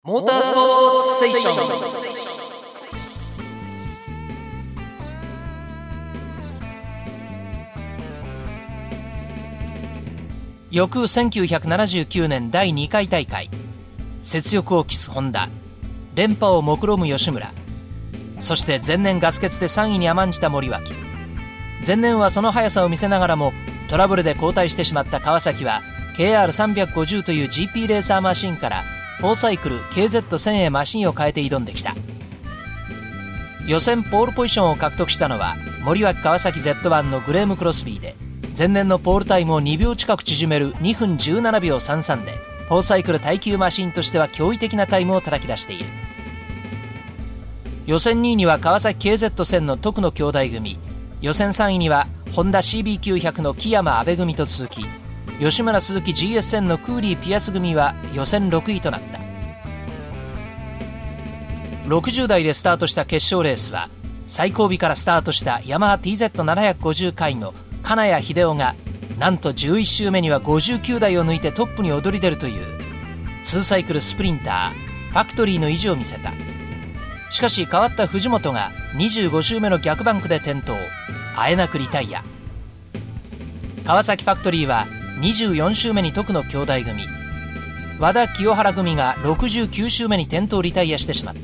モータースポーツステーション。翌1979年第2回大会、雪辱を期すホンダ、連覇を目論む吉村、そして前年ガス欠で3位に甘んじた森脇。前年はその速さを見せながらもトラブルで後退してしまった川崎は KR350 という GP レーサーマシンから4サイクル KZ1000 へマシンを変えて挑んできた。予選ポールポジションを獲得したのは森脇川崎 Z1 のグレーム・クロスビーで、前年のポールタイムを2秒近く縮める2分17秒33で4サイクル耐久マシンとしては驚異的なタイムを叩き出している。予選2位には川崎 KZ1000 の徳野兄弟組、予選3位にはホンダ CB900 の木山阿部組と続き、吉村鈴木 GS1000 のクーリーピアス組は予選6位となった。60台でスタートした決勝レースは、最後尾からスタートしたヤマハ TZ750 回の金谷秀夫がなんと11周目には59台を抜いてトップに躍り出るという2サイクルスプリンターファクトリーの意地を見せた。しかし変わった藤本が25周目の逆バンクで転倒、あえなくリタイア。川崎ファクトリーは24周目に徳野兄弟組、和田清原組が69周目に転倒リタイアしてしまった。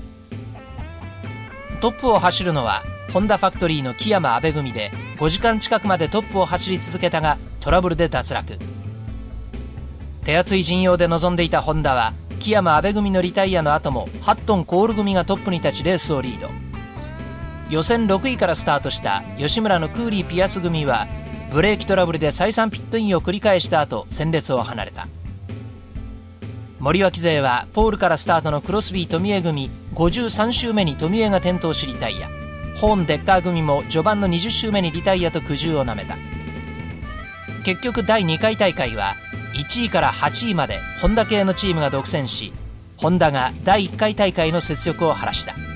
トップを走るのはホンダファクトリーの木山阿部組で、5時間近くまでトップを走り続けたがトラブルで脱落。手厚い陣容で臨んでいたホンダは木山阿部組のリタイアの後もハットンコール組がトップに立ちレースをリード。予選6位からスタートした吉村のクーリーピアス組はブレーキトラブルで再三ピットインを繰り返した後戦列を離れた。森脇勢はポールからスタートのクロスビー富江組、53周目に富江が転倒しリタイア。ホーンデッカー組も序盤の20周目にリタイアと苦渋をなめた。結局第2回大会は1位から8位までホンダ系のチームが独占し、ホンダが第1回大会の雪辱を晴らした。